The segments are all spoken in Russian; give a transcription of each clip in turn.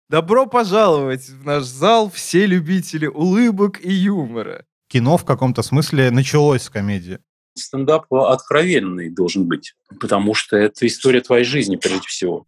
Добро пожаловать в наш зал, все любители улыбок и юмора. Кино в каком-то смысле началось с комедии. Стендап откровенный должен быть, потому что это история твоей жизни, прежде всего.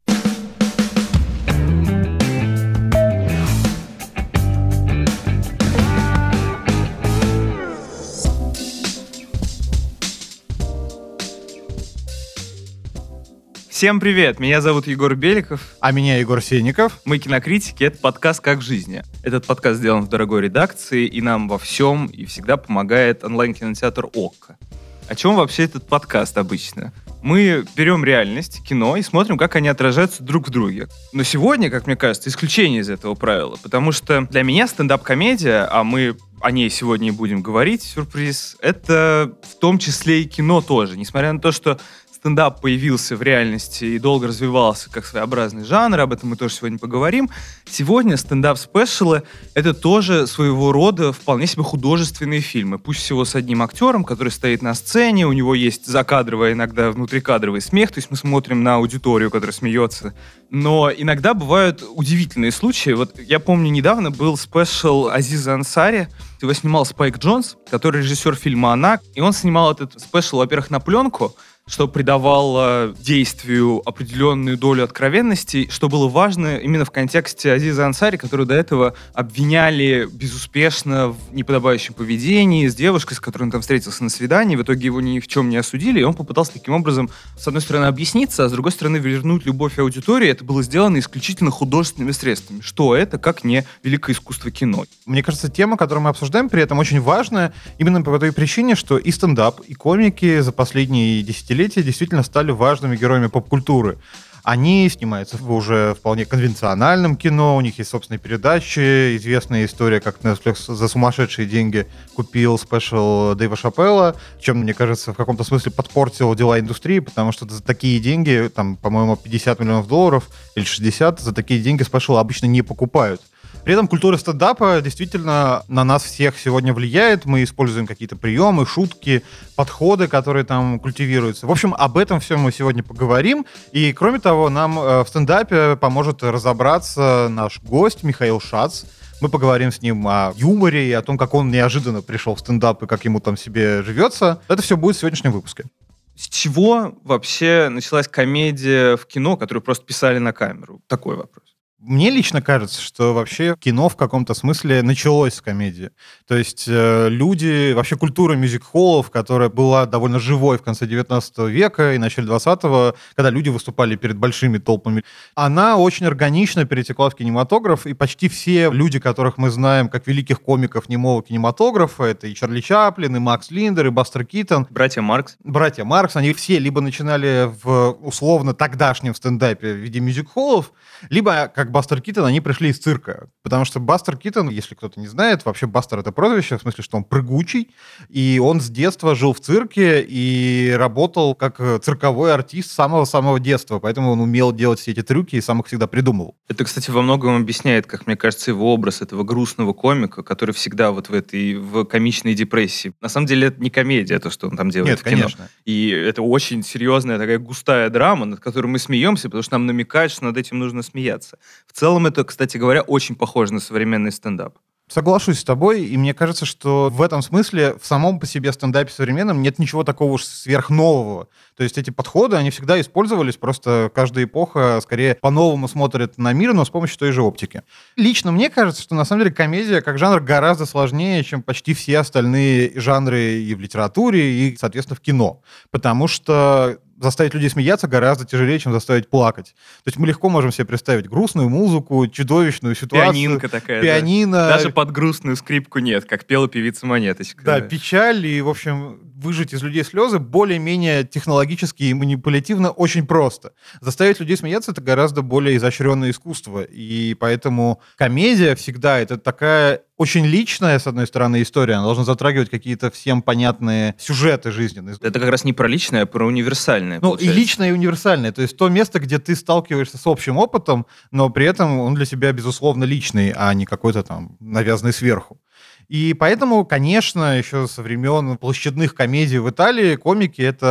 Всем привет, меня зовут Егор Беликов. А меня Егор Сенников. Мы кинокритики, это подкаст «Как в жизни». Этот подкаст сделан в дорогой редакции, и нам во всем и всегда помогает онлайн-кинотеатр ОККО. О чем вообще этот подкаст обычно? Мы берем реальность, кино, и смотрим, как они отражаются друг в друге. Но сегодня, как мне кажется, исключение из этого правила, потому что для меня стендап-комедия, а мы о ней сегодня и будем говорить, сюрприз, это в том числе и кино тоже. Несмотря на то, что стендап появился в реальности и долго развивался как своеобразный жанр, об этом мы тоже сегодня поговорим. Сегодня стендап-спешалы — это тоже своего рода вполне себе художественные фильмы. Пусть всего с одним актером, который стоит на сцене, у него есть закадровый, иногда внутрикадровый смех, то есть мы смотрим на аудиторию, которая смеется. Но иногда бывают удивительные случаи. Вот я помню, недавно был спешл Азиза Ансари, его снимал Спайк Джонс, который режиссер фильма «Она», и он снимал этот спешл, во-первых, на пленку, что придавало действию определенную долю откровенности, что было важно именно в контексте Азиза Ансари, которую до этого обвиняли безуспешно в неподобающем поведении с девушкой, с которой он там встретился на свидании, в итоге его ни в чем не осудили, и он попытался таким образом, с одной стороны, объясниться, а с другой стороны, вернуть любовь аудитории. Это было сделано исключительно художественными средствами. Что это, как не великое искусство кино? Мне кажется, тема, которую мы обсуждаем, при этом очень важная, именно по той причине, что и стендап, и комики за последние десятилетия действительно стали важными героями поп-культуры. Они снимаются в уже вполне конвенциональном кино, у них есть собственные передачи, известная история, как Netflix за сумасшедшие деньги купил спешл Дэйва Шапелла, чем, мне кажется, в каком-то смысле подпортил дела индустрии, потому что за такие деньги, там, по-моему, $50 миллионов или 60, за такие деньги спешл обычно не покупают. При этом культура стендапа действительно на нас всех сегодня влияет. Мы используем какие-то приемы, шутки, подходы, которые там культивируются. В общем, об этом всем мы сегодня поговорим. И, кроме того, нам в стендапе поможет разобраться наш гость Михаил Шац. Мы поговорим с ним о юморе и о том, как он неожиданно пришел в стендап и как ему там себе живется. Это все будет в сегодняшнем выпуске. С чего вообще началась комедия в кино, которую просто писали на камеру? Такой вопрос. Мне лично кажется, что вообще кино в каком-то смысле началось с комедии. То есть люди, вообще культура мюзик-холлов, которая была довольно живой в конце 19 века и начале 20-го, когда люди выступали перед большими толпами, она очень органично перетекла в кинематограф, и почти все люди, которых мы знаем как великих комиков немого кинематографа, это и Чарли Чаплин, и Макс Линдер, и Бастер Китон. Братья Маркс, они все либо начинали в условно тогдашнем стендапе в виде мюзик-холлов, либо, как Бастер Китон, они пришли из цирка. Потому что Бастер Китон, если кто-то не знает, вообще Бастер — это прозвище, в смысле, что он прыгучий, и он с детства жил в цирке и работал как цирковой артист с самого-самого детства, поэтому он умел делать все эти трюки и сам их всегда придумывал. это, кстати, во многом объясняет, как мне кажется, его образ этого грустного комика, который всегда вот в комичной депрессии. На самом деле это не комедия, то, что он там делает. Нет, в кино. конечно. И это очень серьезная такая густая драма, над которой мы смеемся, потому что нам намекают, что над этим нужно смеяться. В целом это, кстати говоря, очень похоже на современный стендап. Соглашусь с тобой, и мне кажется, что в этом смысле в самом по себе стендапе современном нет ничего такого уж сверхнового. То есть эти подходы, они всегда использовались, просто каждая эпоха скорее по-новому смотрит на мир, но с помощью той же оптики. Лично мне кажется, что на самом деле комедия как жанр гораздо сложнее, чем почти все остальные жанры и в литературе, и, соответственно, в кино. Потому что заставить людей смеяться гораздо тяжелее, чем заставить плакать. То есть мы легко можем себе представить грустную музыку, чудовищную ситуацию. Пианинка такая. Пианино. Да. Даже под грустную скрипку нет, как пела певица Монеточка. Да, печаль и, в общем, выжать из людей слезы более-менее технологически и манипулятивно очень просто. Заставить людей смеяться — это гораздо более изощренное искусство. И поэтому комедия всегда — это такая очень личная, с одной стороны, история. Она должна затрагивать какие-то всем понятные сюжеты жизненные. Это как раз не про личное, а про универсальное. Ну, и личное, и универсальное. То есть то место, где ты сталкиваешься с общим опытом, но при этом он для тебя, безусловно, личный, а не какой-то там навязанный сверху. И поэтому, конечно, еще со времен площадных комедий в Италии комики — это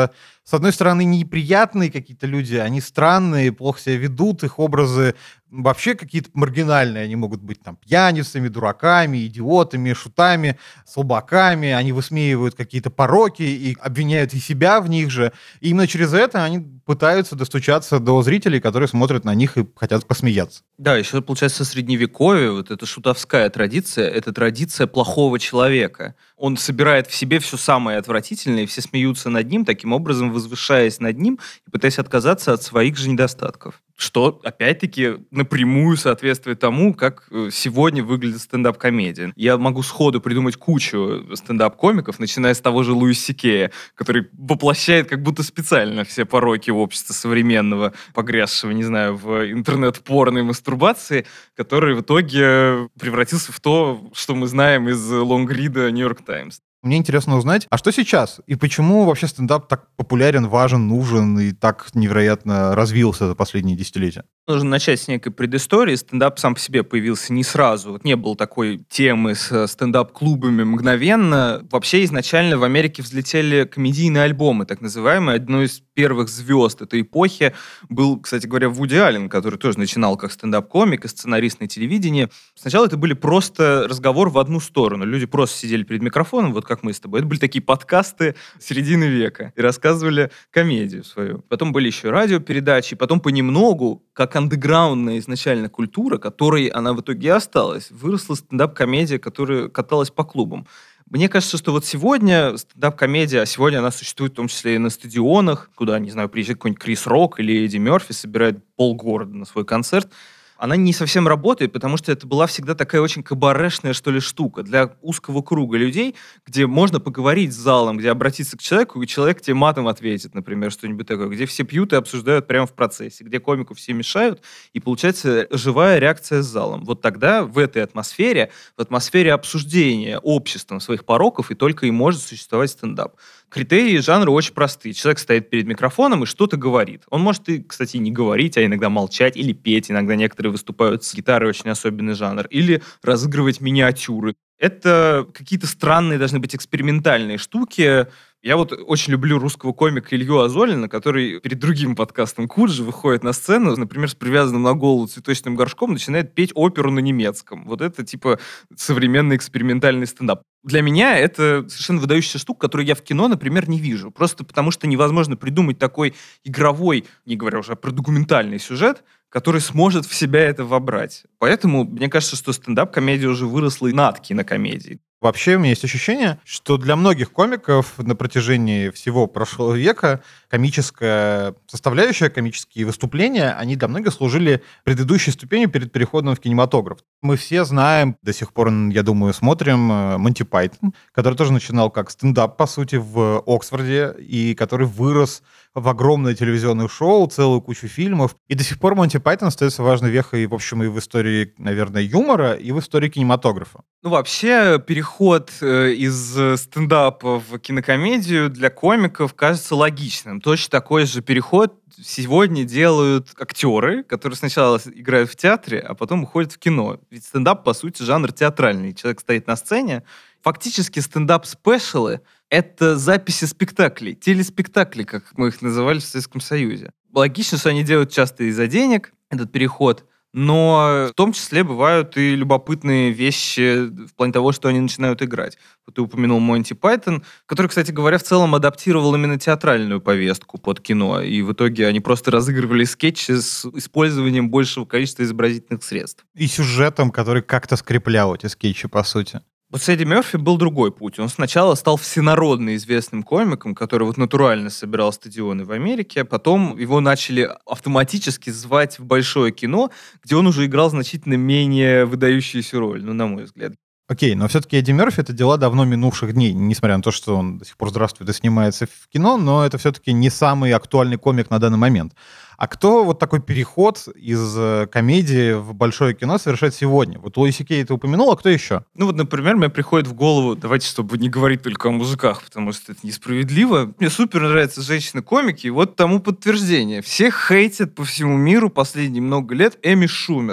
с одной стороны, неприятные какие-то люди, они странные, плохо себя ведут, их образы вообще какие-то маргинальные. Они могут быть там пьяницами, дураками, идиотами, шутами, слабаками. Они высмеивают какие-то пороки и обвиняют и себя в них же. И именно через это они пытаются достучаться до зрителей, которые смотрят на них и хотят посмеяться. Да, еще, получается, средневековье, вот эта шутовская традиция, это традиция плохого человека. Он собирает в себе все самое отвратительное, и все смеются над ним, таким образом возвышаясь над ним и пытаясь отказаться от своих же недостатков. Что, опять-таки, напрямую соответствует тому, как сегодня выглядит стендап-комедия. Я могу сходу придумать кучу стендап-комиков, начиная с того же Луиса Сикея, который воплощает как будто специально все пороки общества современного, погрязшего, не знаю, в интернет-порно и мастурбации, который в итоге превратился в то, что мы знаем из лонгрида «Нью-Йорк Таймс». Мне интересно узнать, а что сейчас? И почему вообще стендап так популярен, важен, нужен и так невероятно развился за последние десятилетия? Нужно начать с некой предыстории. Стендап сам по себе появился не сразу. Вот не было такой темы с стендап-клубами мгновенно. Вообще изначально в Америке взлетели комедийные альбомы, так называемые. Одной из первых звезд этой эпохи был, кстати говоря, Вуди Аллен, который тоже начинал как стендап-комик и сценарист на телевидении. Сначала это были просто разговор в одну сторону. Люди просто сидели перед микрофоном, вот как мы с тобой. Это были такие подкасты середины века и рассказывали комедию свою. Потом были еще радиопередачи, потом понемногу, как андеграундная изначально культура, которой она в итоге и осталась, выросла стендап-комедия, которая каталась по клубам. Мне кажется, что вот сегодня стендап-комедия, а сегодня она существует в том числе и на стадионах, куда, не знаю, приезжает какой-нибудь Крис Рок или Эдди Мерфи, собирает полгорода на свой концерт. Она не совсем работает, потому что это была всегда такая очень кабарешная, что ли, штука для узкого круга людей, где можно поговорить с залом, где обратиться к человеку, и человек тебе матом ответит, например, что-нибудь такое, где все пьют и обсуждают прямо в процессе, где комику все мешают, и получается живая реакция с залом. Вот тогда в этой атмосфере, в атмосфере обсуждения обществом своих пороков и только и может существовать стендап. Критерии жанра очень простые. Человек стоит перед микрофоном и что-то говорит. Он может и, кстати, не говорить, а иногда молчать или петь. Иногда некоторые выступают с гитарой, очень особенный жанр. Или разыгрывать миниатюры. Это какие-то странные, должны быть экспериментальные штуки. Я вот очень люблю русского комика Илью Азолина, который перед другим подкастом Куджи выходит на сцену, например, с привязанным на голову цветочным горшком, начинает петь оперу на немецком. Вот это типа современный экспериментальный стендап. Для меня это совершенно выдающаяся штука, которую я в кино, например, не вижу. Просто потому что невозможно придумать такой игровой, не говоря уже про документальный сюжет, который сможет в себя это вобрать. Поэтому мне кажется, что стендап-комедия уже выросла и над кинокомедией. Вообще, у меня есть ощущение, что для многих комиков на протяжении всего прошлого века комическая составляющая, комические выступления, они для многих служили предыдущей ступенью перед переходом в кинематограф. Мы все знаем, до сих пор, я думаю, смотрим Монти Пайтон, который тоже начинал как стендап, по сути, в Оксфорде, и который вырос в огромное телевизионное шоу, целую кучу фильмов. И до сих пор Монти Пайтон остается важной вехой, в общем, и в истории, наверное, юмора, и в истории кинематографа. Ну, вообще, переход из стендапа в кинокомедию для комиков кажется логичным. Точно такой же переход сегодня делают актеры, которые сначала играют в театре, а потом уходят в кино. Ведь стендап, по сути, жанр театральный. Человек стоит на сцене. Фактически стендап-спешалы — это записи спектаклей, телеспектакли, как мы их называли в Советском Союзе. Логично, что они делают часто из-за денег, этот переход, но в том числе бывают и любопытные вещи в плане того, что они начинают играть. Вот ты упомянул Монти Пайтон, который, кстати говоря, в целом адаптировал именно театральную повестку под кино, и в итоге они просто разыгрывали скетчи с использованием большего количества изобразительных средств. И сюжетом, который как-то скреплял эти скетчи, по сути. Вот с Эдди Мерфи был другой путь. Он сначала стал всенародно известным комиком, который вот натурально собирал стадионы в Америке, а потом его начали автоматически звать в большое кино, где он уже играл значительно менее выдающуюся роль, ну, на мой взгляд. Окей, но все-таки Эдди Мерфи — это дела давно минувших дней, несмотря на то, что он до сих пор здравствует и снимается в кино, но это все-таки не самый актуальный комик на данный момент. А кто вот такой переход из комедии в большое кино совершает сегодня? Вот Луи Сикей ты упомянул, а кто еще? Ну вот, например, мне приходит в голову, давайте, чтобы не говорить только о мужиках, потому что это несправедливо. Мне супер нравятся женщины-комики, и вот тому подтверждение. Всех хейтят по всему миру последние много лет Эми Шумер.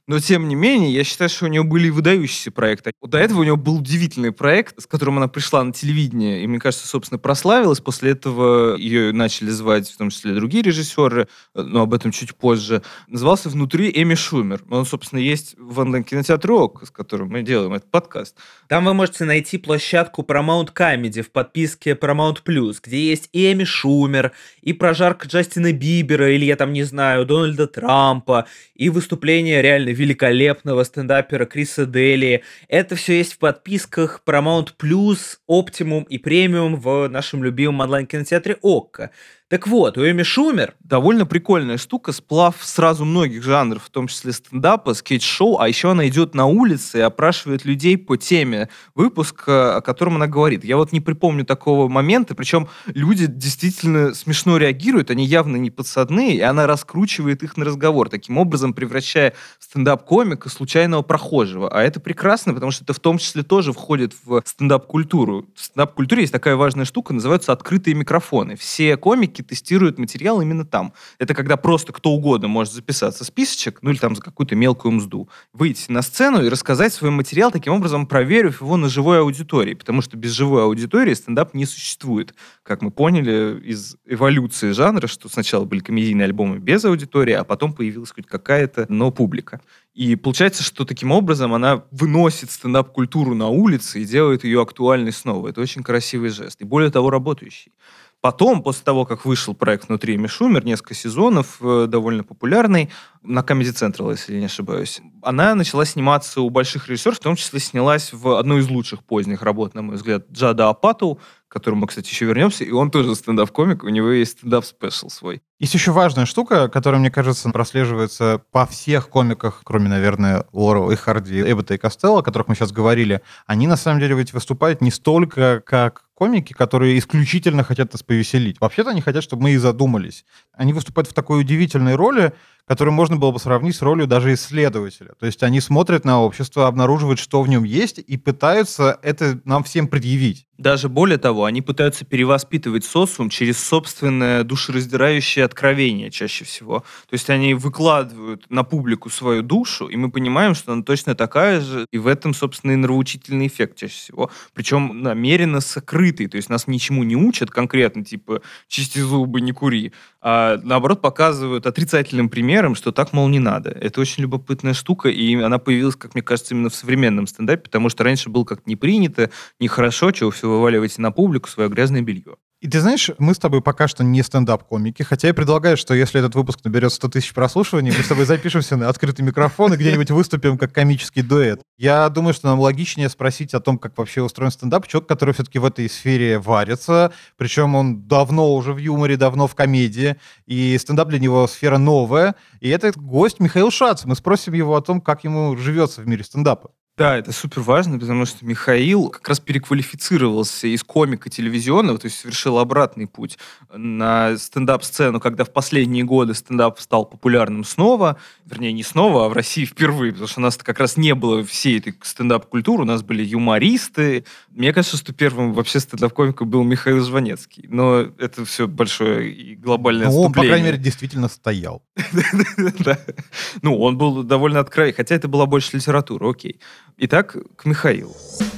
Но, тем не менее, я считаю, что у нее были выдающиеся проекты. Вот до этого у нее был удивительный проект, с которым она пришла на телевидение, и, мне кажется, собственно, прославилась. После этого ее начали звать, в том числе, другие режиссеры, но об этом чуть позже. Назывался «Внутри Эми Шумер». Он, собственно, есть в онлайн-кинотеатре ОК, с которым мы делаем этот подкаст. Там вы можете найти площадку Paramount Comedy в подписке Paramount+, где есть и Эми Шумер, и прожарка Джастина Бибера, или, я там не знаю, Дональда Трампа, и выступление реально великолепного стендапера Криса Дели. Это все есть в подписках Paramount+, Optimum и Premium в нашем любимом онлайн-кинотеатре ОККО. Так вот, у Эми Шумер довольно прикольная штука, сплав сразу многих жанров, в том числе стендапа, скетч-шоу, а еще она идет на улице и опрашивает людей по теме выпуска, о котором она говорит. Я вот не припомню такого момента, причем люди действительно смешно реагируют, они явно не подсадные, и она раскручивает их на разговор, таким образом превращая стендап-комика случайного прохожего. А это прекрасно, потому что это в том числе тоже входит в стендап-культуру. В стендап-культуре есть такая важная штука, называются открытые микрофоны. Все комики тестируют материал именно там. Это когда просто кто угодно может записаться списочек, ну или там за какую-то мелкую мзду, выйти на сцену и рассказать свой материал, таким образом проверив его на живой аудитории, потому что без живой аудитории стендап не существует. Как мы поняли из эволюции жанра, что сначала были комедийные альбомы без аудитории, а потом появилась хоть какая-то, но публика. И получается, что таким образом она выносит стендап-культуру на улице и делает ее актуальной снова. Это очень красивый жест. И более того, работающий. Потом, после того, как вышел проект «Внутри Эми Шумер», несколько сезонов, довольно популярный, на Comedy Central, если я не ошибаюсь, она начала сниматься у больших режиссеров, в том числе снялась в одной из лучших поздних работ, на мой взгляд, Джада Апатоу, к которому мы, кстати, еще вернемся, и он тоже стендап-комик, у него есть стендап-спешл свой. Есть еще важная штука, которая, мне кажется, прослеживается по всех комиках, кроме, наверное, Лорел и Харди, Эббота и Костелло, о которых мы сейчас говорили. Они, на самом деле, ведь выступают не столько как комики, которые исключительно хотят нас повеселить. Вообще-то они хотят, чтобы мы и задумались. Они выступают в такой удивительной роли, которую можно было бы сравнить с ролью даже исследователя. То есть они смотрят на общество, обнаруживают, что в нем есть, и пытаются это нам всем предъявить. Даже более того, они пытаются перевоспитывать социум через собственное душераздирающее откровение чаще всего. То есть они выкладывают на публику свою душу, и мы понимаем, что она точно такая же, и в этом, собственно, и нравоучительный эффект чаще всего. Причем намеренно сокрытый, то есть нас ничему не учат конкретно, типа «чисти зубы, не кури», а наоборот показывают отрицательным примером, что так, мол, не надо. Это очень любопытная штука, и она появилась, как мне кажется, именно в современном стендапе, потому что раньше было как-то не принято, нехорошо, чего все вываливаете на публику свое грязное белье. И ты знаешь, мы с тобой пока что не стендап-комики, хотя я предлагаю, что если этот выпуск наберет 100 тысяч прослушиваний, мы с тобой запишемся на открытый микрофон и где-нибудь выступим как комический дуэт. Я думаю, что нам логичнее спросить о том, как вообще устроен стендап, человек, который все-таки в этой сфере варится, причем он давно уже в юморе, давно в комедии, и стендап для него сфера новая, и это гость Михаил Шац. Мы спросим его о том, как ему живется в мире стендапа. Да, это супер важно, потому что Михаил как раз переквалифицировался из комика телевизионного, то есть совершил обратный путь на стендап-сцену, когда в последние годы стендап стал популярным снова, вернее, не снова, а в России впервые, потому что у нас как раз не было всей этой стендап-культуры, у нас были юмористы. Мне кажется, что первым вообще стендап-комиком был Михаил Жванецкий, но это все большое и глобальное отступление. Он, по крайней мере, действительно стоял. Ну, он был довольно откровенный, хотя это была больше литература, окей. Итак, к Михаилу.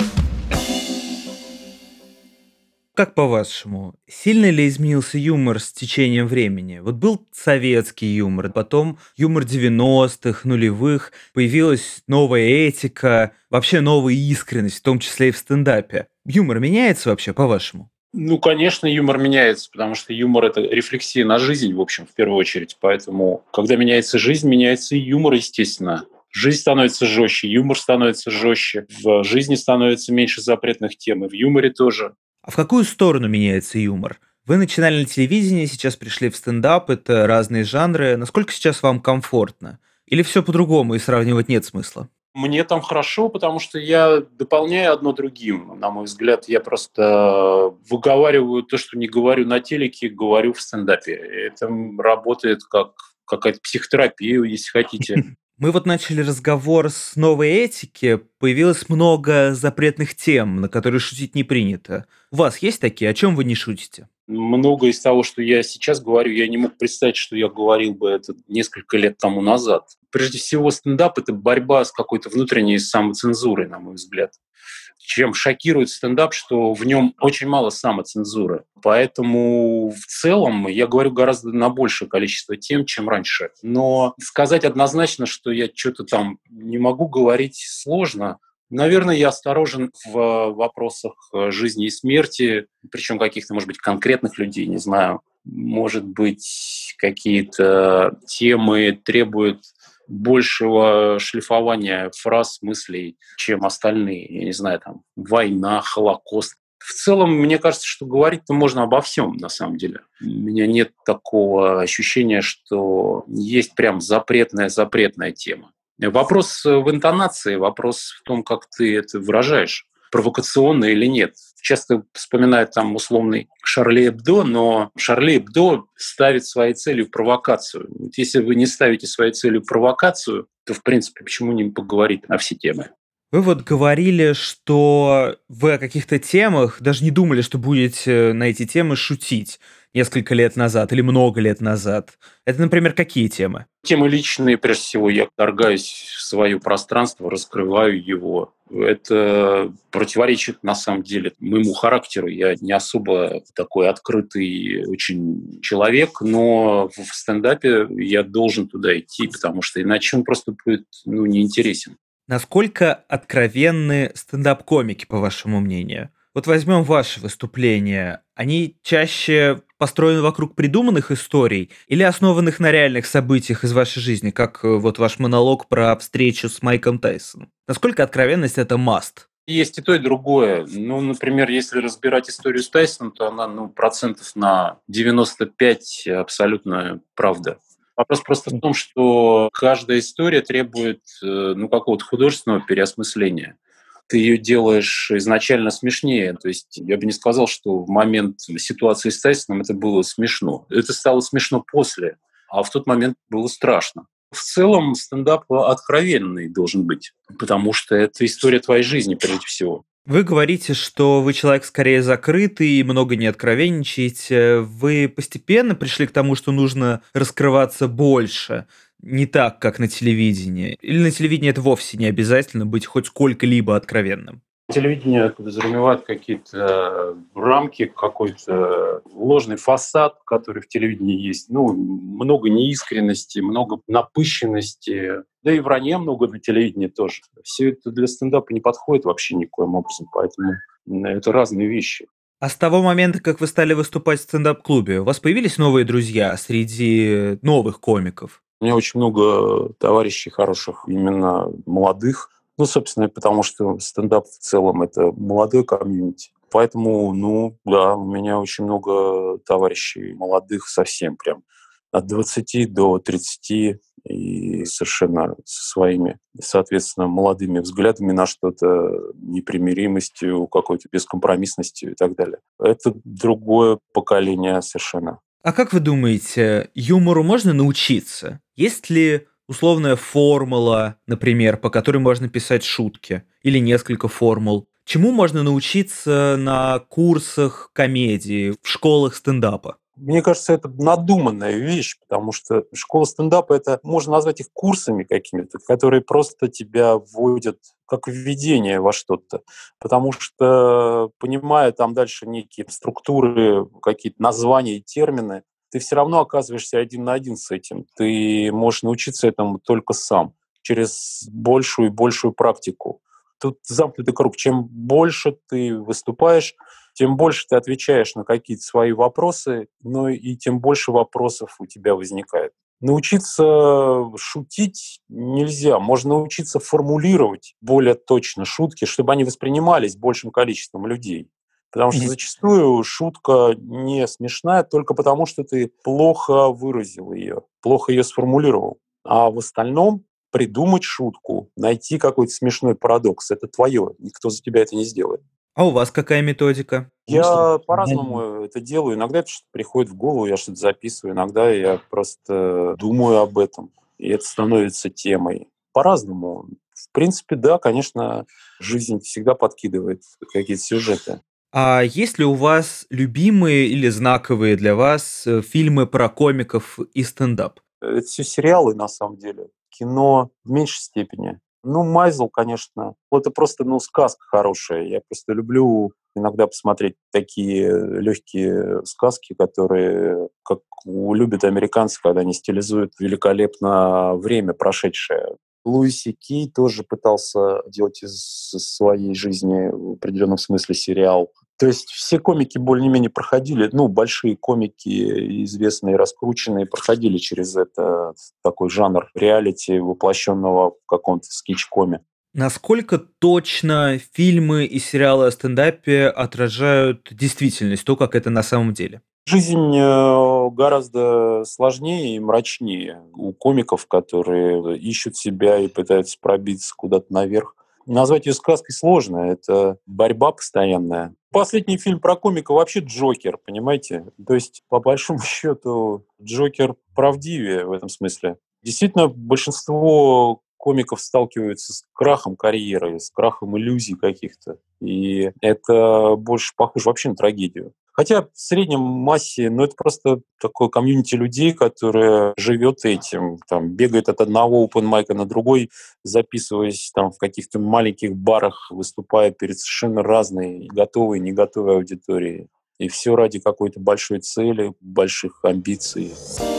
Как по-вашему, сильно ли изменился юмор с течением времени? Вот был советский юмор, потом юмор 90-х, нулевых, появилась новая этика, вообще новая искренность, в том числе и в стендапе. Юмор меняется вообще, по-вашему? Ну, конечно, юмор меняется, потому что юмор – это рефлексия на жизнь, в общем, в первую очередь. Поэтому, когда меняется жизнь, меняется и юмор, естественно. Жизнь становится жестче, юмор становится жестче, в жизни становится меньше запретных тем, и в юморе тоже. А в какую сторону меняется юмор? Вы начинали на телевидении, сейчас пришли в стендап, это разные жанры. Насколько сейчас вам комфортно? Или все по-другому и сравнивать нет смысла? Мне там хорошо, потому что я дополняю одно другим. На мой взгляд, я просто выговариваю то, что не говорю на телеке, говорю в стендапе. Это работает как какая-то психотерапия, если хотите. Мы вот начали разговор с новой этики, появилось много запретных тем, на которые шутить не принято. У вас есть такие? О чем вы не шутите? Многое из того, что я сейчас говорю, я не мог представить, что я говорил бы это несколько лет тому назад. Прежде всего, стендап – это борьба с какой-то внутренней самоцензурой, на мой взгляд. Чем шокирует стендап, что в нем очень мало самоцензуры. Поэтому в целом я говорю гораздо на большее количество тем, чем раньше. Но сказать однозначно, что я что-то там не могу говорить, сложно. Наверное, я осторожен в вопросах жизни и смерти, причем каких-то, может быть, конкретных людей, не знаю. Может быть, какие-то темы требуют большего шлифования фраз, мыслей, чем остальные. Я не знаю, там, война, Холокост. В целом, мне кажется, что говорить-то можно обо всем, на самом деле. У меня нет такого ощущения, что есть прям запретная тема. Вопрос в интонации, вопрос в том, как ты это выражаешь, провокационно или нет. Часто вспоминают там условный Шарли Эбдо, но Шарли Эбдо ставит своей целью провокацию. Вот если вы не ставите своей целью провокацию, то, в принципе, почему не поговорить на все темы? Вы вот говорили, что вы о каких-то темах даже не думали, что будете на эти темы шутить несколько лет назад или много лет назад. Это, например, какие темы? Темы личные, прежде всего, я вторгаюсь в свое пространство, раскрываю его. Это противоречит, на самом деле, моему характеру. Я не особо такой открытый очень человек, но в стендапе я должен туда идти, потому что иначе он просто будет неинтересен. Насколько откровенны стендап-комики, по вашему мнению? Вот возьмем ваши выступления. Они чаще построены вокруг придуманных историй или основанных на реальных событиях из вашей жизни, как вот ваш монолог про встречу с Майком Тайсоном? Насколько откровенность это must? Есть и то, и другое. Например, если разбирать историю с Тайсоном, то она процентов на 95 абсолютно правда. Вопрос просто в том, что каждая история требует какого-то художественного переосмысления. Ты ее делаешь изначально смешнее. То есть я бы не сказал, что в момент ситуации с Тайсоном это было смешно. Это стало смешно после, а в тот момент было страшно. В целом стендап откровенный должен быть, потому что это история твоей жизни прежде всего. Вы говорите, что вы человек скорее закрытый и много не откровенничаете. Вы постепенно пришли к тому, что нужно раскрываться больше, не так, как на телевидении? Или на телевидении это вовсе не обязательно быть хоть сколько-либо откровенным? Телевидение подразумевает какие-то рамки, какой-то ложный фасад, который в телевидении есть. Много неискренности, много напыщенности, да и вранья много на телевидении тоже. Все это для стендапа не подходит вообще никоим образом, поэтому это разные вещи. А с того момента, как вы стали выступать в стендап-клубе, у вас появились новые друзья среди новых комиков? У меня очень много товарищей хороших, именно молодых. Собственно, потому что стендап в целом – это молодой комьюнити. Поэтому, да, у меня очень много товарищей молодых совсем прям. От 20 до 30 и совершенно со своими, соответственно, молодыми взглядами на что-то, непримиримостью, какой-то бескомпромиссностью и так далее. Это другое поколение совершенно. А как вы думаете, юмору можно научиться? Есть ли условная формула, например, по которой можно писать шутки? Или несколько формул? Чему можно научиться на курсах комедии, в школах стендапа? Мне кажется, это надуманная вещь, потому что школа стендапа – это, можно назвать их курсами какими-то, которые просто тебя вводят как введение во что-то. Потому что, понимая там дальше некие структуры, какие-то названия и термины, ты все равно оказываешься один на один с этим. Ты можешь научиться этому только сам, через большую и большую практику. Тут замкнутый круг. Чем больше ты выступаешь, тем больше ты отвечаешь на какие-то свои вопросы, но и тем больше вопросов у тебя возникает. Научиться шутить нельзя. Можно научиться формулировать более точно шутки, чтобы они воспринимались большим количеством людей. Потому что зачастую шутка не смешная только потому, что ты плохо выразил ее, плохо ее сформулировал. А в остальном придумать шутку, найти какой-то смешной парадокс – это твое. Никто за тебя это не сделает. А у вас какая методика? Я по-разному это делаю. Иногда это что-то приходит в голову, я что-то записываю. Иногда я просто думаю об этом. и это становится темой. По-разному. В принципе, да, конечно, жизнь всегда подкидывает какие-то сюжеты. А есть ли у вас любимые или знаковые для вас фильмы про комиков и стендап? Это все сериалы, на самом деле. Кино в меньшей степени. Ну, Майзел, конечно, это просто, сказка хорошая. Я просто люблю иногда посмотреть такие легкие сказки, которые, как любят американцы, когда они стилизуют великолепно время прошедшее. Луиси Кей тоже пытался делать из своей жизни в определенном смысле сериал. То есть все комики более-менее проходили, большие комики, известные, раскрученные, проходили через это такой жанр реалити, воплощенного в каком-то скетч-коме. Насколько точно фильмы и сериалы о стендапе отражают действительность, то, как это на самом деле? Жизнь гораздо сложнее и мрачнее у комиков, которые ищут себя и пытаются пробиться куда-то наверх. Назвать ее сказкой сложно, это борьба постоянная. Последний фильм про комика вообще Джокер, понимаете? То есть, по большому счету, Джокер правдивее в этом смысле. Действительно, большинство комиков сталкиваются с крахом карьеры, с крахом иллюзий каких-то. И это больше похоже вообще на трагедию. Хотя в среднем массе, это просто такое комьюнити людей, которое живет этим, там, бегает от одного open-майка на другой, записываясь там в каких-то маленьких барах, выступая перед совершенно разной, готовой и не готовой аудиторией. И все ради какой-то большой цели, больших амбиций.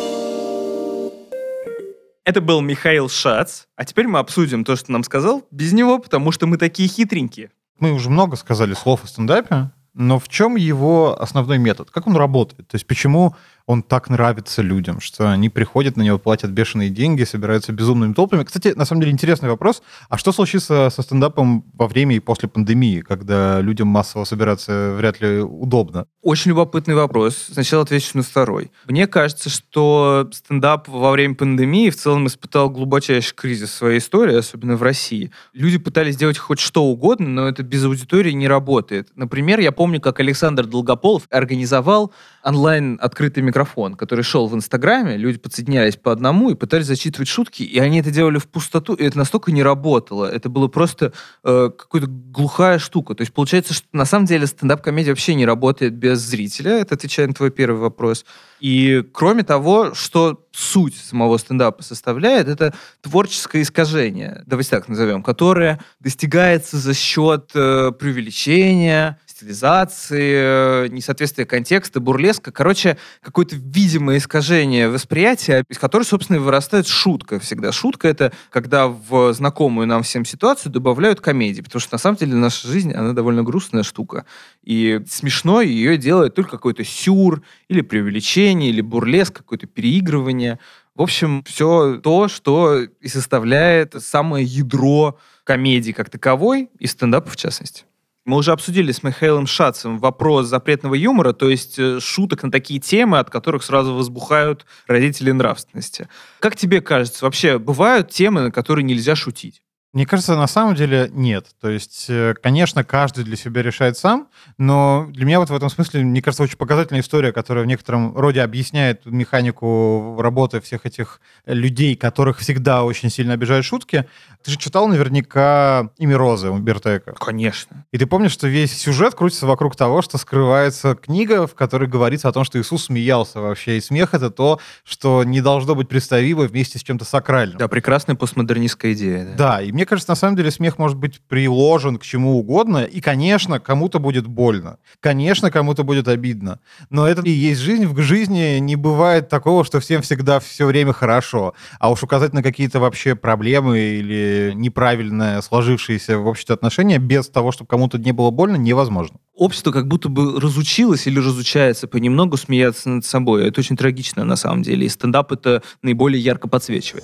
Это был Михаил Шац. А теперь мы обсудим то, что нам сказал, без него, потому что мы такие хитренькие. Мы уже много сказали слов о стендапе, но в чем его основной метод? Как он работает? То есть почему он так нравится людям, что они приходят на него, платят бешеные деньги, собираются безумными толпами? Кстати, на самом деле интересный вопрос. А что случится со стендапом во время и после пандемии, когда людям массово собираться вряд ли удобно? Очень любопытный вопрос. Сначала отвечу на второй. Мне кажется, что стендап во время пандемии в целом испытал глубочайший кризис в своей истории, особенно в России. Люди пытались делать хоть что угодно, но это без аудитории не работает. Например, я помню, как Александр Долгополов организовал онлайн открытый микрофон, который шел в Инстаграме, люди подсоединялись по одному и пытались зачитывать шутки, и они это делали в пустоту, и это настолько не работало. Это было просто какая-то глухая штука. То есть получается, что на самом деле стендап-комедия вообще не работает без зрителя. Это отвечая на твой первый вопрос. И кроме того, что суть самого стендапа составляет, это творческое искажение, давайте так назовем, которое достигается за счет преувеличения, стилизации, несоответствия контекста, бурлеска. Короче, какое-то видимое искажение восприятия, из которого, собственно, и вырастает шутка всегда. Шутка — это когда в знакомую нам всем ситуацию добавляют комедии, потому что, на самом деле, наша жизнь, она довольно грустная штука. И смешной ее делает только какой-то сюр, или преувеличение, или бурлеск, какое-то переигрывание. В общем, все то, что и составляет самое ядро комедии как таковой, и стендапа в частности. Мы уже обсудили с Михаилом Шацем вопрос запретного юмора, то есть шуток на такие темы, от которых сразу возбухают родители нравственности. Как тебе кажется, вообще бывают темы, на которые нельзя шутить? Мне кажется, на самом деле нет. То есть, конечно, каждый для себя решает сам, но для меня вот в этом смысле, мне кажется, очень показательная история, которая в некотором роде объясняет механику работы всех этих людей, которых всегда очень сильно обижают шутки. Ты же читал наверняка «Имя Розы» Умберто Эко. Конечно. И ты помнишь, что весь сюжет крутится вокруг того, что скрывается книга, в которой говорится о том, что Иисус смеялся вообще. И смех — это то, что не должно быть представимо вместе с чем-то сакральным. Да, прекрасная постмодернистская идея. Да, и мне кажется, на самом деле смех может быть приложен к чему угодно, и, конечно, кому-то будет больно, конечно, кому-то будет обидно, но это и есть жизнь. В жизни не бывает такого, что всем всегда все время хорошо, а уж указать на какие-то вообще проблемы или неправильно сложившиеся в обществе отношения без того, чтобы кому-то не было больно, невозможно. Общество как будто бы разучилось или разучается понемногу смеяться над собой. Это очень трагично на самом деле, и стендап это наиболее ярко подсвечивает.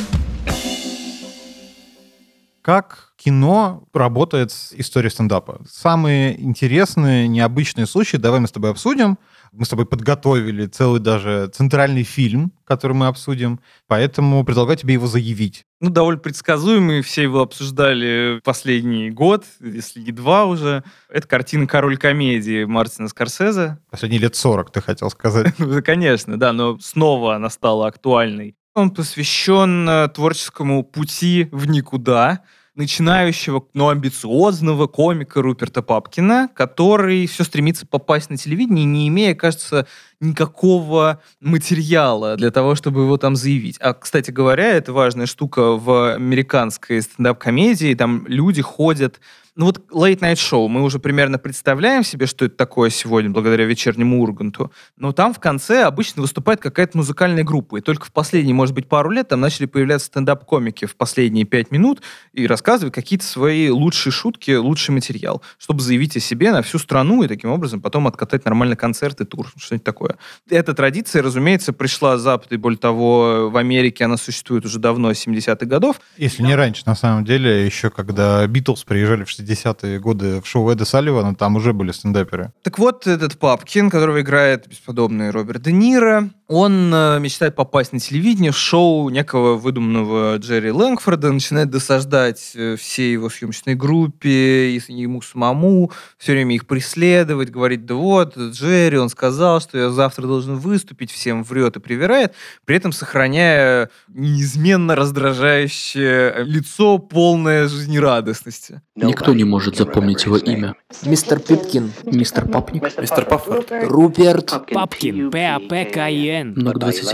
Как кино работает с историей стендапа? Самые интересные, необычные случаи давай мы с тобой обсудим. Мы с тобой подготовили целый даже центральный фильм, который мы обсудим, поэтому предлагаю тебе его заявить. Довольно предсказуемый, все его обсуждали последний год, если не два уже. Это картина «Король комедии» Мартина Скорсезе. Последние лет 40, ты хотел сказать. Конечно, да, но снова она стала актуальной. Он посвящен творческому пути в никуда начинающего, но амбициозного комика Руперта Папкина, который все стремится попасть на телевидение, не имея, кажется, никакого материала для того, чтобы его там заявить. А, кстати говоря, это важная штука в американской стендап-комедии. Там люди ходят... Ну вот Late Night Show, мы уже примерно представляем себе, что это такое сегодня, благодаря вечернему Урганту. Но там в конце обычно выступает какая-то музыкальная группа. И только в последние, может быть, пару лет там начали появляться стендап-комики в последние 5 минут и рассказывать какие-то свои лучшие шутки, лучший материал, чтобы заявить о себе на всю страну и таким образом потом откатать нормальный концерт и тур, что-нибудь такое. Эта традиция, разумеется, пришла с Запада, и более того, в Америке она существует уже давно, с 70-х годов. Если не раньше, на самом деле, еще когда Битлз приезжали в 60-е годы в шоу Эда Салливана, там уже были стендаперы. Так вот, этот Папкин, которого играет бесподобный Роберт Де Ниро, он мечтает попасть на телевидение в шоу некого выдуманного Джерри Лэнгфорда, начинает досаждать всей его съемочной группе и ему самому, все время их преследовать, говорить: да вот, Джерри, он сказал, что я завтра должен выступить, всем врет и привирает, при этом сохраняя неизменно раздражающее лицо, полное жизнерадостности. Никто не может запомнить его имя. Мистер Пипкин. Мистер Папник. Мистер Паффорд. Руперт. Папкин. П-А-П-К-И-Н. Но к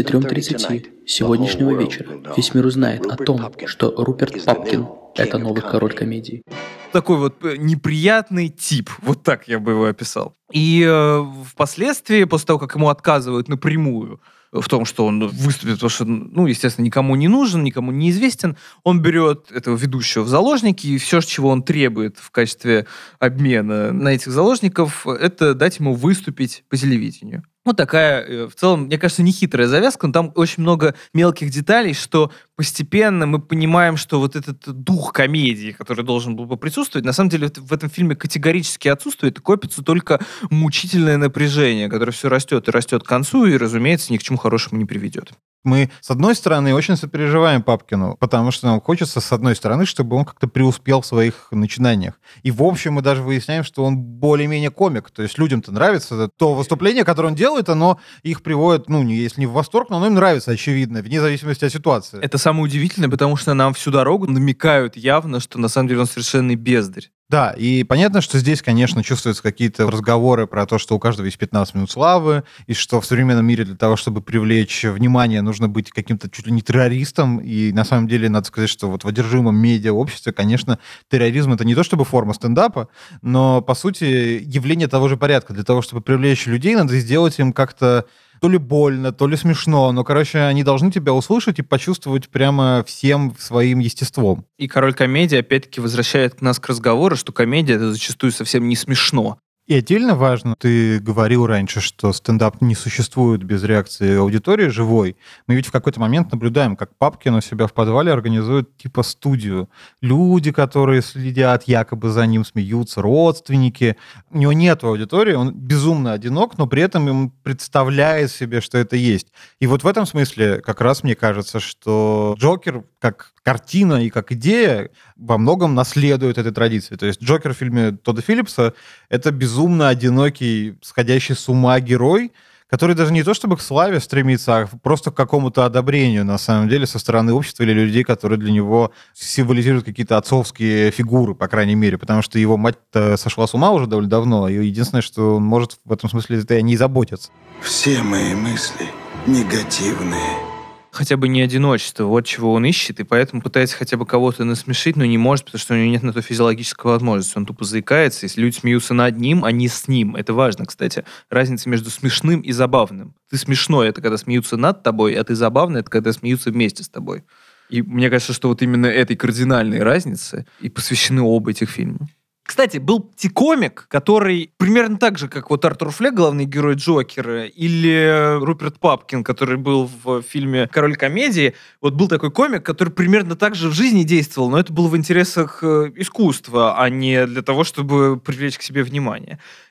23:30 сегодняшнего вечера весь мир узнает о том, что Руперт Папкин – это новый король комедии. Такой вот неприятный тип, вот так я бы его описал. И впоследствии, после того, как ему отказывают напрямую в том, что он выступит, потому что, ну, естественно, никому не нужен, никому не известен, он берет этого ведущего в заложники, и все, чего он требует в качестве обмена на этих заложников, это дать ему выступить по телевидению. Вот такая, в целом, мне кажется, нехитрая завязка, но там очень много мелких деталей, что постепенно мы понимаем, что вот этот дух комедии, который должен был бы присутствовать, на самом деле в этом фильме категорически отсутствует, и копится только мучительное напряжение, которое все растет и растет к концу, и, разумеется, ни к чему хорошему не приведет. Мы, с одной стороны, очень сопереживаем Папкину, потому что нам хочется, с одной стороны, чтобы он как-то преуспел в своих начинаниях. И, в общем, мы даже выясняем, что он более-менее комик. То есть людям-то нравится то выступление, которое он делает, оно их приводит, ну, если не в восторг, но оно им нравится, очевидно, вне зависимости от ситуации. Это самое удивительное, потому что нам всю дорогу намекают явно, что на самом деле он совершенный бездарь. Да, и понятно, что здесь, конечно, чувствуются какие-то разговоры про то, что у каждого есть 15 минут славы, и что в современном мире для того, чтобы привлечь внимание, нужно быть каким-то чуть ли не террористом, и на самом деле надо сказать, что вот в одержимом медиа-обществе, конечно, терроризм — это не то чтобы форма стендапа, но, по сути, явление того же порядка. Для того, чтобы привлечь людей, надо сделать им как-то то ли больно, то ли смешно, но, короче, они должны тебя услышать и почувствовать прямо всем своим естеством. И король комедии, опять-таки, возвращает нас к разговору, что комедия — это зачастую совсем не смешно. И отдельно важно, ты говорил раньше, что стендап не существует без реакции аудитории живой. Мы ведь в какой-то момент наблюдаем, как Папкин у себя в подвале организует типа студию. Люди, которые следят якобы за ним, смеются, родственники. У него нет аудитории, он безумно одинок, но при этом он представляет себе, что это есть. И вот в этом смысле как раз мне кажется, что Джокер как картина и как идея во многом наследует этой традиции. То есть Джокер в фильме Тодда Филлипса — это безумно одинокий, сходящий с ума герой, который даже не то чтобы к славе стремится, а просто к какому-то одобрению, на самом деле, со стороны общества или людей, которые для него символизируют какие-то отцовские фигуры, по крайней мере, потому что его мать-то сошла с ума уже довольно давно, и единственное, что он может в этом смысле, это не заботиться. Все мои мысли негативные. Хотя бы не одиночество, вот чего он ищет, и поэтому пытается хотя бы кого-то насмешить, но не может, потому что у него нет на то физиологической возможности. Он тупо заикается, если люди смеются над ним, а не с ним. Это важно, кстати. Разница между смешным и забавным. Ты смешной — это когда смеются над тобой, а ты забавный — это когда смеются вместе с тобой. И мне кажется, что вот именно этой кардинальной разнице и посвящены оба этих фильма. Кстати, был комик, который примерно так же, как вот Артур Флек, главный герой Джокера, или Руперт Папкин, который был в фильме «Король комедии», вот был такой комик, который примерно так же в жизни действовал, но это было в интересах искусства, а не для того, чтобы привлечь к себе внимание.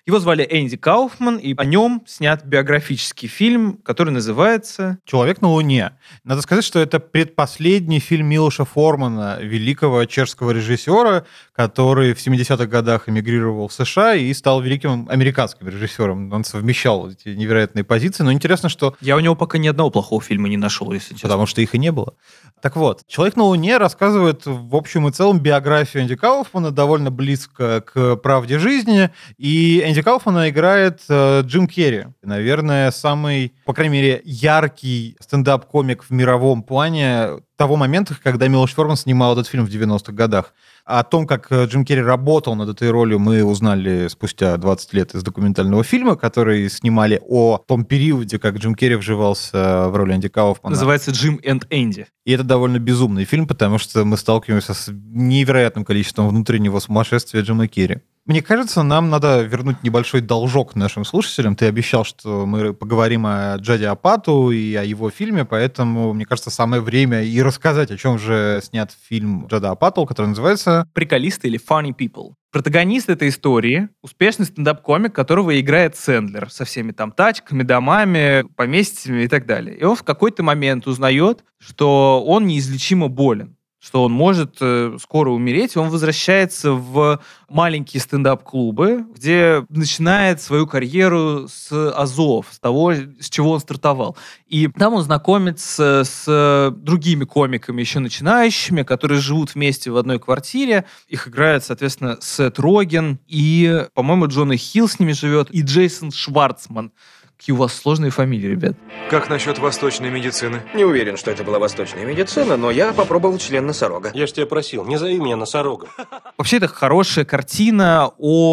Его звали Энди Кауфман, и о нем снят биографический фильм, который называется... «Человек на Луне». Надо сказать, что это предпоследний фильм Милоша Формана, великого чешского режиссера, который в 70-х годах эмигрировал в США и стал великим американским режиссером. Он совмещал эти невероятные позиции. Но интересно, что... Я у него пока ни одного плохого фильма не нашел, если честно. Потому что их и не было. Так вот, «Человек на Луне» рассказывает в общем и целом биографию Энди Кауфмана, довольно близко к правде жизни. И Энди Кауфмана играет Джим Керри. Наверное, самый, по крайней мере, яркий стендап-комик в мировом плане того момента, когда Милош Форман снимал этот фильм в 90-х годах. О том, как Джим Керри работал над этой ролью, мы узнали спустя 20 лет из документального фильма, который снимали о том периоде, как Джим Керри вживался в роль Энди Кауфмана. Называется «Джим энд Энди». И это довольно безумный фильм, потому что мы сталкиваемся с невероятным количеством внутреннего сумасшествия Джима Керри. Мне кажется, нам надо вернуть небольшой должок нашим слушателям. Ты обещал, что мы поговорим о Джаде Апатоу и о его фильме, поэтому, мне кажется, самое время и рассказать, о чем же снят фильм Джада Апатоу, который называется «Приколисты» или «Funny People». Протагонист этой истории — успешный стендап-комик, которого играет Сэндлер со всеми там тачками, домами, поместьями и так далее. И он в какой-то момент узнает, что он неизлечимо болен, что он может скоро умереть, и он возвращается в маленькие стендап-клубы, где начинает свою карьеру с азов, с того, с чего он стартовал. И там он знакомится с другими комиками, еще начинающими, которые живут вместе в одной квартире. Их играет, соответственно, Сет Роген, и, по-моему, Джона Хилл с ними живет, и Джейсон Шварцман. Какие у вас сложные фамилии, ребят. Как насчет восточной медицины? Не уверен, что это была восточная медицина, но я попробовал член носорога. Я ж тебя просил, не зови меня носорогом. Вообще, это хорошая картина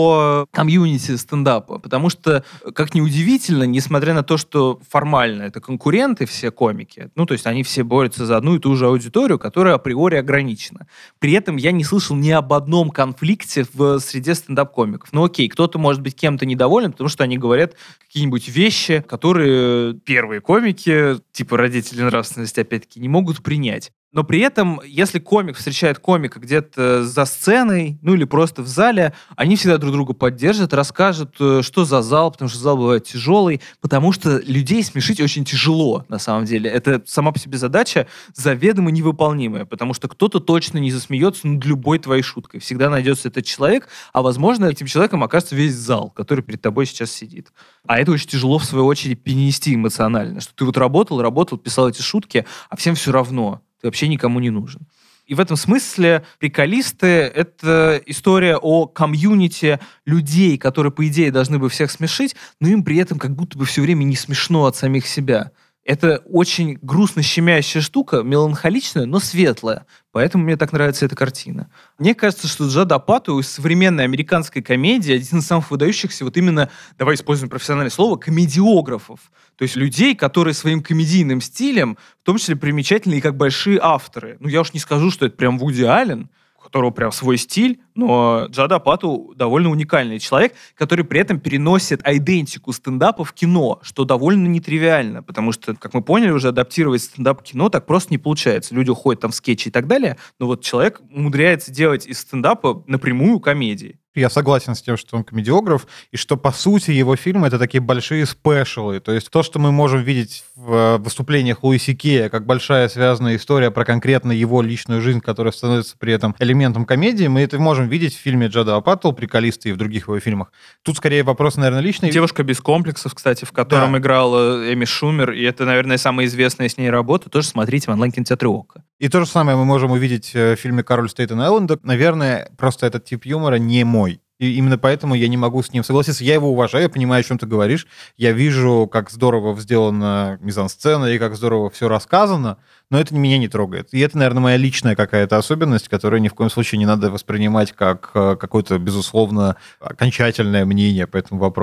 о комьюнити стендапа, потому что, как ни удивительно, несмотря на то, что формально это конкуренты все комики, ну, то есть они все борются за одну и ту же аудиторию, которая априори ограничена. При этом я не слышал ни об одном конфликте в среде стендап-комиков. Ну, окей, кто-то может быть кем-то недоволен, потому что они говорят какие-нибудь вещи, которые первые комики, типа родители нравственности, опять-таки, не могут принять. Но при этом, если комик встречает комика где-то за сценой, ну или просто в зале, они всегда друг друга поддержат, расскажут, что за зал, потому что зал бывает тяжелый, потому что людей смешить очень тяжело, на самом деле. Это сама по себе задача заведомо невыполнимая, потому что кто-то точно не засмеется над любой твоей шуткой. Всегда найдется этот человек, а, возможно, этим человеком окажется весь зал, который перед тобой сейчас сидит. А это очень тяжело, в свою очередь, перенести эмоционально, что ты вот работал, писал эти шутки, а всем все равно. Ты вообще никому не нужен. И в этом смысле «Приколисты» — это история о комьюнити людей, которые, по идее, должны бы всех смешить, но им при этом как будто бы все время не смешно от самих себя. Это очень грустно щемящая штука, меланхоличная, но светлая. Поэтому мне так нравится эта картина. Мне кажется, что Джад Апатоу из современной американской комедии один из самых выдающихся, вот именно, давай используем профессиональное слово, комедиографов. То есть людей, которые своим комедийным стилем, в том числе примечательны и как большие авторы. Ну, я уж не скажу, что это прям Вуди Аллен, у которого прям свой стиль, но Джад Апатоу довольно уникальный человек, который при этом переносит айдентику стендапа в кино, что довольно нетривиально, потому что, как мы поняли, уже адаптировать стендап в кино так просто не получается. Люди уходят там в скетчи и так далее, но вот человек умудряется делать из стендапа напрямую комедии. Я согласен с тем, что он комедиограф, и что, по сути, его фильмы — это такие большие спешалы. То есть то, что мы можем видеть в выступлениях Луи Си Кея, как большая связанная история про конкретно его личную жизнь, которая становится при этом элементом комедии, мы это можем видеть в фильме Джада Апатоу «Приколисты» и в других его фильмах. Тут скорее вопрос, наверное, личный. «Девушка без комплексов», кстати, в котором играла Эми Шумер, и это, наверное, самая известная с ней работа. Тоже смотрите в онлайн-кинотеатре ОККО. И то же самое мы можем увидеть в фильме «Король Стейтен-Айленда». Наверное, просто этот тип юмора не мой. И именно поэтому я не могу с ним согласиться. Я его уважаю, я понимаю, о чем ты говоришь. Я вижу, как здорово сделана мизансцена и как здорово все рассказано, но это меня не трогает. И это, наверное, моя личная какая-то особенность, которую ни в коем случае не надо воспринимать как какое-то, безусловно, окончательное мнение по этому вопросу.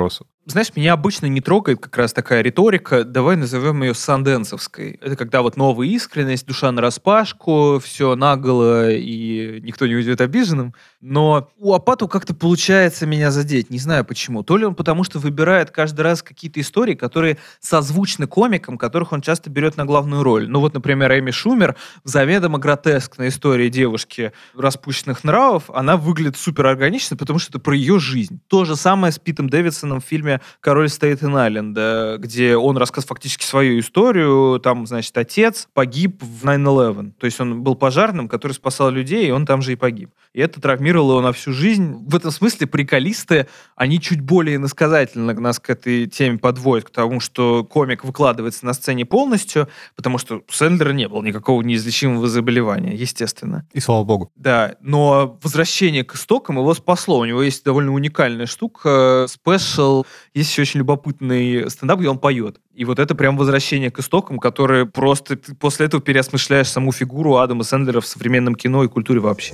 Знаешь, меня обычно не трогает как раз такая риторика, давай назовем ее санденсовской. Это когда вот новая искренность, душа нараспашку, все наголо и никто не уйдет обиженным. Но у Апатова как-то получается меня задеть, не знаю почему. То ли он потому что выбирает каждый раз какие-то истории, которые созвучны комикам, которых он часто берет на главную роль. Ну вот, например, Эми Шумер в заведомо гротескной истории девушки распущенных нравов, она выглядит супер органично, потому что это про ее жизнь. То же самое с Питом Дэвидсоном в фильме «Король Стейтен-Айленда», где он рассказывает фактически свою историю. Там, значит, отец погиб в 9/11. То есть он был пожарным, который спасал людей, и он там же и погиб. И это травмировало его на всю жизнь. В этом смысле приколисты, они чуть более иносказательно нас к этой теме подводят, к тому, что комик выкладывается на сцене полностью, потому что у Сэндлера не было никакого неизлечимого заболевания, естественно. И слава богу. Да, но возвращение к истокам его спасло. У него есть довольно уникальная штука, спешл. Есть еще очень любопытный стендап, где он поет. И вот это прям возвращение к истокам, которое просто ты после этого переосмысляешь саму фигуру Адама Сэндлера в современном кино и культуре вообще.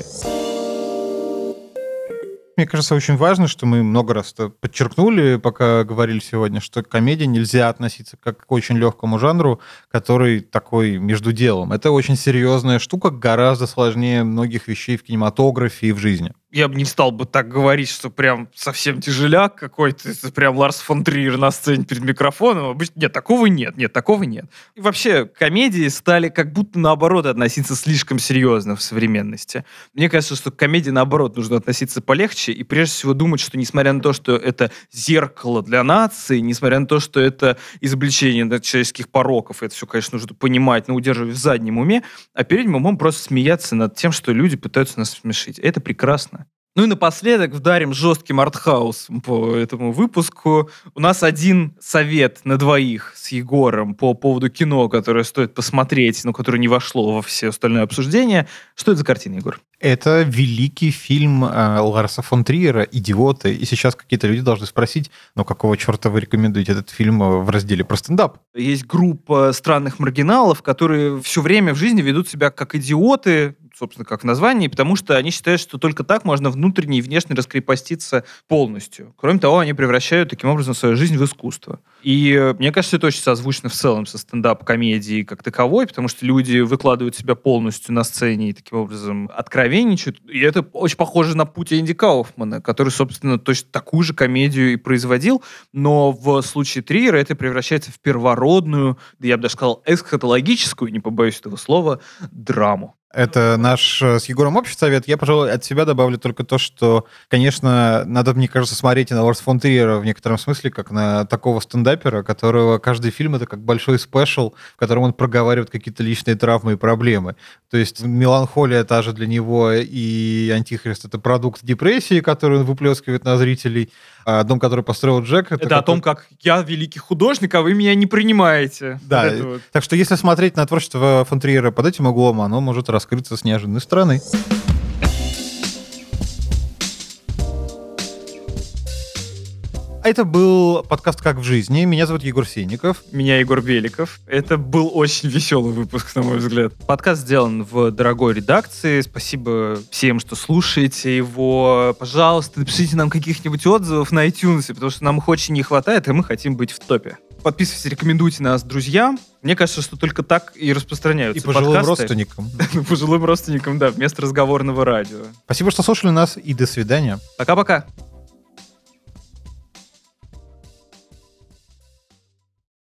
Мне кажется, очень важно, что мы много раз это подчеркнули, пока говорили сегодня, что к комедии нельзя относиться как к очень легкому жанру, который такой между делом. Это очень серьезная штука, гораздо сложнее многих вещей в кинематографе и в жизни. Я бы не стал бы так говорить, что прям совсем тяжеляк какой-то, это прям Ларс фон Триер на сцене перед микрофоном. Нет, такого нет. И вообще, комедии стали как будто наоборот относиться слишком серьезно в современности. Мне кажется, что к комедии наоборот нужно относиться полегче и прежде всего думать, что несмотря на то, что это зеркало для нации, несмотря на то, что это изобличение человеческих пороков, это все, конечно, нужно понимать, но удерживать в заднем уме, а передним умом просто смеяться над тем, что люди пытаются нас смешить. Это прекрасно. Ну и напоследок вдарим жестким артхаусом по этому выпуску. У нас один совет на двоих с Егором по поводу кино, которое стоит посмотреть, но которое не вошло во все остальное обсуждение. Что это за картина, Егор? Это великий фильм Ларса фон Триера «Идиоты». И сейчас какие-то люди должны спросить, ну какого черта вы рекомендуете этот фильм в разделе про стендап? Есть группа странных маргиналов, которые все время в жизни ведут себя как идиоты, собственно, как в названии, потому что они считают, что только так можно внутренне и внешне раскрепоститься полностью. Кроме того, они превращают таким образом свою жизнь в искусство. И мне кажется, это очень созвучно в целом со стендап-комедией как таковой, потому что люди выкладывают себя полностью на сцене и таким образом откровенничают. И это очень похоже на путь Энди Кауфмана, который, собственно, точно такую же комедию и производил, но в случае Триера это превращается в первородную, да я бы даже сказал, эсхатологическую, не побоюсь этого слова, драму. Это наш с Егором общий совет. Я, пожалуй, от себя добавлю только то, что, конечно, надо, мне кажется, смотреть и на Ларса фон Триера в некотором смысле, как на такого стендапера, которого каждый фильм — это как большой спешл, в котором он проговаривает какие-то личные травмы и проблемы. То есть «Меланхолия» та же для него, и «Антихрист» — это продукт депрессии, который он выплескивает на зрителей. А «Дом, который построил Джек» — это о том, как я великий художник, а вы меня не принимаете. Да, вот. Так что если смотреть на творчество фон Триера под этим углом, оно может раскрыться с неожиданной стороны. Это был подкаст «Как в жизни». Меня зовут Егор Сенников. Меня Егор Беликов. Это был очень веселый выпуск, на мой взгляд. Подкаст сделан в дорогой редакции. Спасибо всем, что слушаете его. Пожалуйста, напишите нам каких-нибудь отзывов на iTunes, потому что нам их очень не хватает, и мы хотим быть в топе. Подписывайтесь, рекомендуйте нас друзьям. Мне кажется, что только так и распространяются подкасты. И пожилым родственникам. Пожилым родственникам, да, вместо разговорного радио. Спасибо, что слушали нас, и до свидания. Пока-пока.